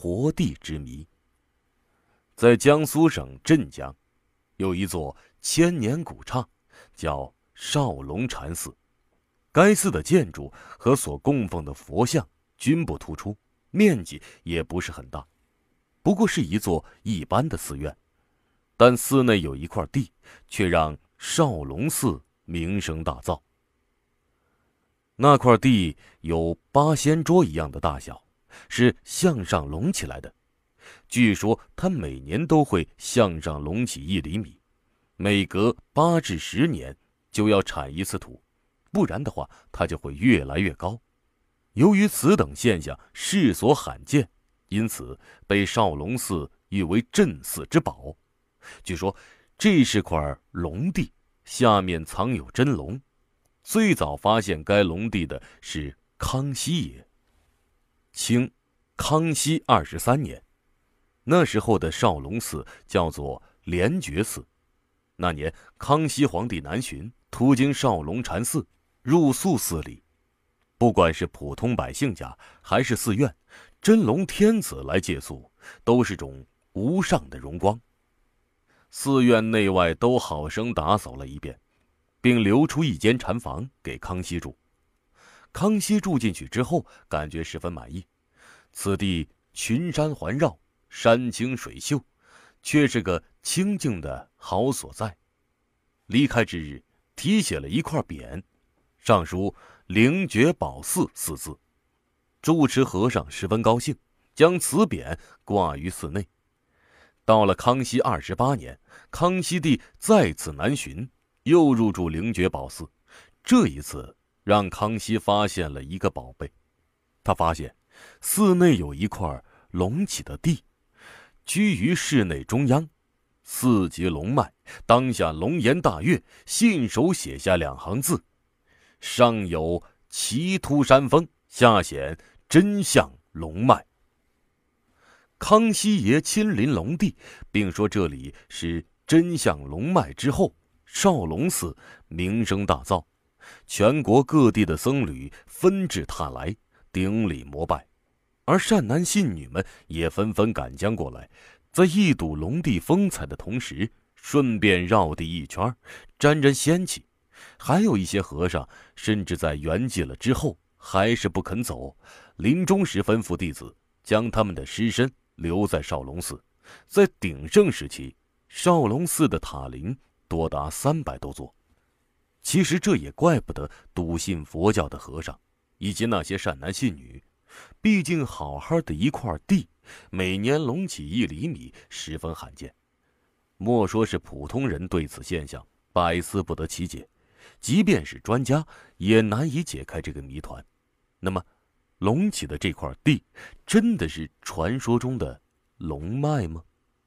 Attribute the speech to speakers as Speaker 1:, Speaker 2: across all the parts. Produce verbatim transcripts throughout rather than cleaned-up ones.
Speaker 1: 活地之谜。在江苏省镇江，有一座千年古刹，叫少龙禅寺。该寺的建筑和所供奉的佛像均不突出，面积也不是很大，不过是一座一般的寺院。但寺内有一块地，却让少龙寺名声大噪。那块地有八仙桌一样的大小，是向上隆起来的。据说它每年都会向上隆起一厘米，每隔八至十年就要铲一次土，不然的话它就会越来越高。由于此等现象世所罕见，因此被少龙寺誉为镇寺之宝。据说这是块龙地，下面藏有真龙。最早发现该龙地的是康熙爷。清康熙二十三年，那时候的少龙寺叫做莲觉寺。那年康熙皇帝南巡，途经少龙禅寺，入宿寺里。不管是普通百姓家还是寺院，真龙天子来借宿，都是种无上的荣光。寺院内外都好生打扫了一遍，并留出一间禅房给康熙住。康熙住进去之后，感觉十分满意。此地群山环绕，山清水秀，却是个清静的好所在。离开之日，题写了一块匾，上书灵觉宝寺四字。住持和尚十分高兴，将此匾挂于寺内。到了康熙二十八年，康熙帝再次南巡，又入住灵觉宝寺。这一次让康熙发现了一个宝贝。他发现寺内有一块隆起的地，居于室内中央，寺即龙脉，当下龙颜大悦，信手写下两行字：上有奇突山峰，下显真相龙脉。康熙爷亲临龙地，并说这里是真相龙脉之后，少龙寺名声大噪，全国各地的僧侣纷至沓来，顶礼膜拜。而善男信女们也纷纷赶将过来，在一睹龙地风采的同时，顺便绕地一圈，沾沾仙气。还有一些和尚甚至在圆寂了之后还是不肯走，临终时吩咐弟子将他们的尸身留在少龙寺。在鼎盛时期，少龙寺的塔林多达三百多座。其实这也怪不得笃信佛教的和尚以及那些善男信女，毕竟好好的一块地，每年隆起一厘米，十分罕见。莫说是普通人对此现象百思不得其解，即便是专家也难以解开这个谜团。那么隆起的这块地真的是传说中的龙脉吗？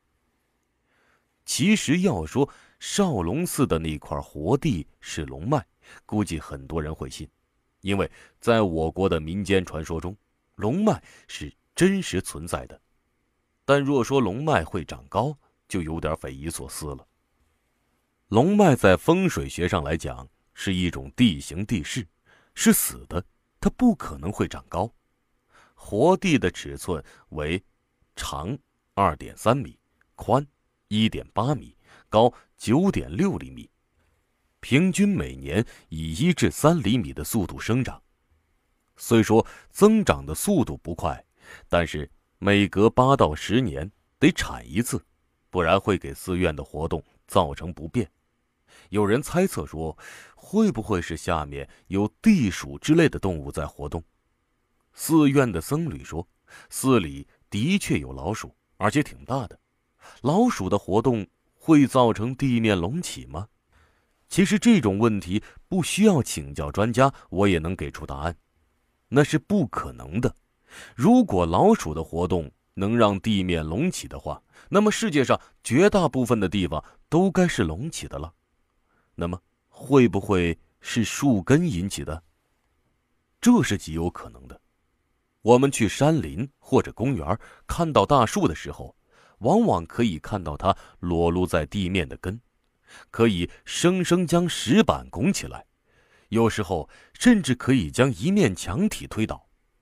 Speaker 1: 其实要说少龙寺的那块活地是龙脉，估计很多人会信，因为在我国的民间传说中，龙脉是真实存在的。但若说龙脉会长高，就有点匪夷所思了。龙脉在风水学上来讲是一种地形地势，是死的，它不可能会长高。活地的尺寸为长 二点三米，宽 一点八米，高 九点六厘米，平均每年以一至三厘米的速度生长。虽说增长的速度不快，但是每隔八到十年得铲一次，不然会给寺院的活动造成不便。有人猜测说，会不会是下面有地鼠之类的动物在活动？寺院的僧侣说，寺里的确有老鼠，而且挺大的。老鼠的活动会造成地面隆起吗？其实这种问题不需要请教专家，我也能给出答案。那是不可能的。如果老鼠的活动能让地面隆起的话，那么世界上绝大部分的地方都该是隆起的了。那么会不会是树根引起的？这是极有可能的。我们去山林或者公园看到大树的时候，往往可以看到它裸露在地面的根，可以生生将石板拱起来，有时候甚至可以将一面墙体推倒。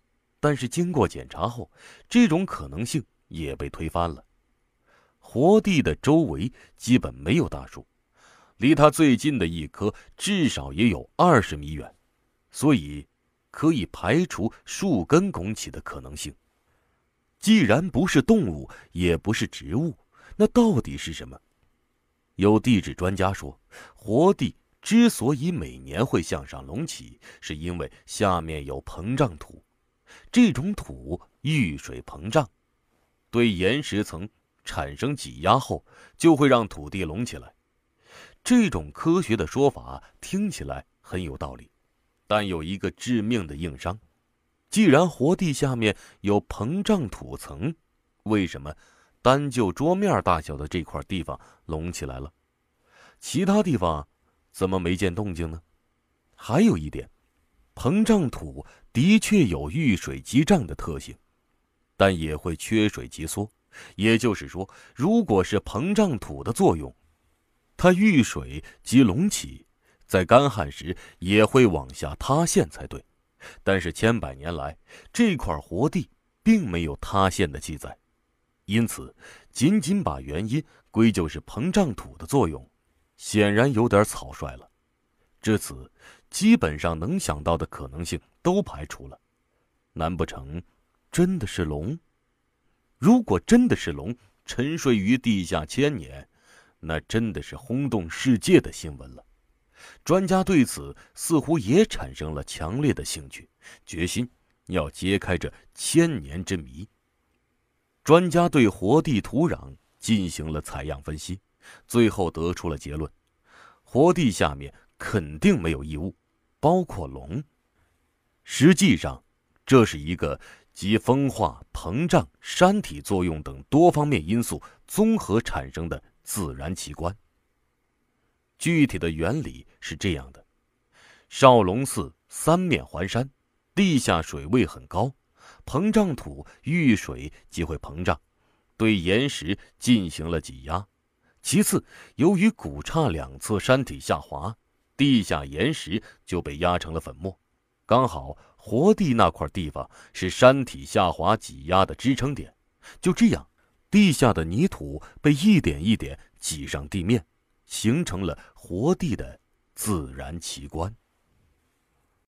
Speaker 1: 但是经过检查后，这种可能性也被推翻了。活地的周围基本没有大树，离它最近的一棵至少也有二十米远，所以可以排除树根拱起的可能性。既然不是动物，也不是植物，那到底是什么？有地质专家说，活地之所以每年会向上隆起，是因为下面有膨胀土，这种土遇水膨胀，对岩石层产生挤压后，就会让土地隆起来。这种科学的说法听起来很有道理，但有一个致命的硬伤。既然活地下面有膨胀土层，为什么单就桌面大小的这块地方隆起来了，其他地方怎么没见动静呢？还有一点，膨胀土的确有遇水即胀的特性，但也会缺水即缩。也就是说，如果是膨胀土的作用，它遇水即隆起，在干旱时也会往下塌陷才对。但是千百年来，这块活地并没有塌陷的记载，因此仅仅把原因归咎是膨胀土的作用，显然有点草率了。至此，基本上能想到的可能性都排除了。难不成真的是龙？如果真的是龙沉睡于地下千年，那真的是轰动世界的新闻了。专家对此似乎也产生了强烈的兴趣，决心要揭开这千年之谜。专家对活地土壤进行了采样分析，最后得出了结论：活地下面肯定没有异物，包括龙。实际上，这是一个集风化、膨胀、山体作用等多方面因素综合产生的自然奇观。具体的原理是这样的：少龙寺三面环山，地下水位很高，膨胀土遇水即会膨胀，对岩石进行了挤压。其次，由于谷岔两侧山体下滑，地下岩石就被压成了粉末，刚好活地那块地方是山体下滑挤压的支撑点。就这样，地下的泥土被一点一点挤上地面，形成了活地的自然奇观。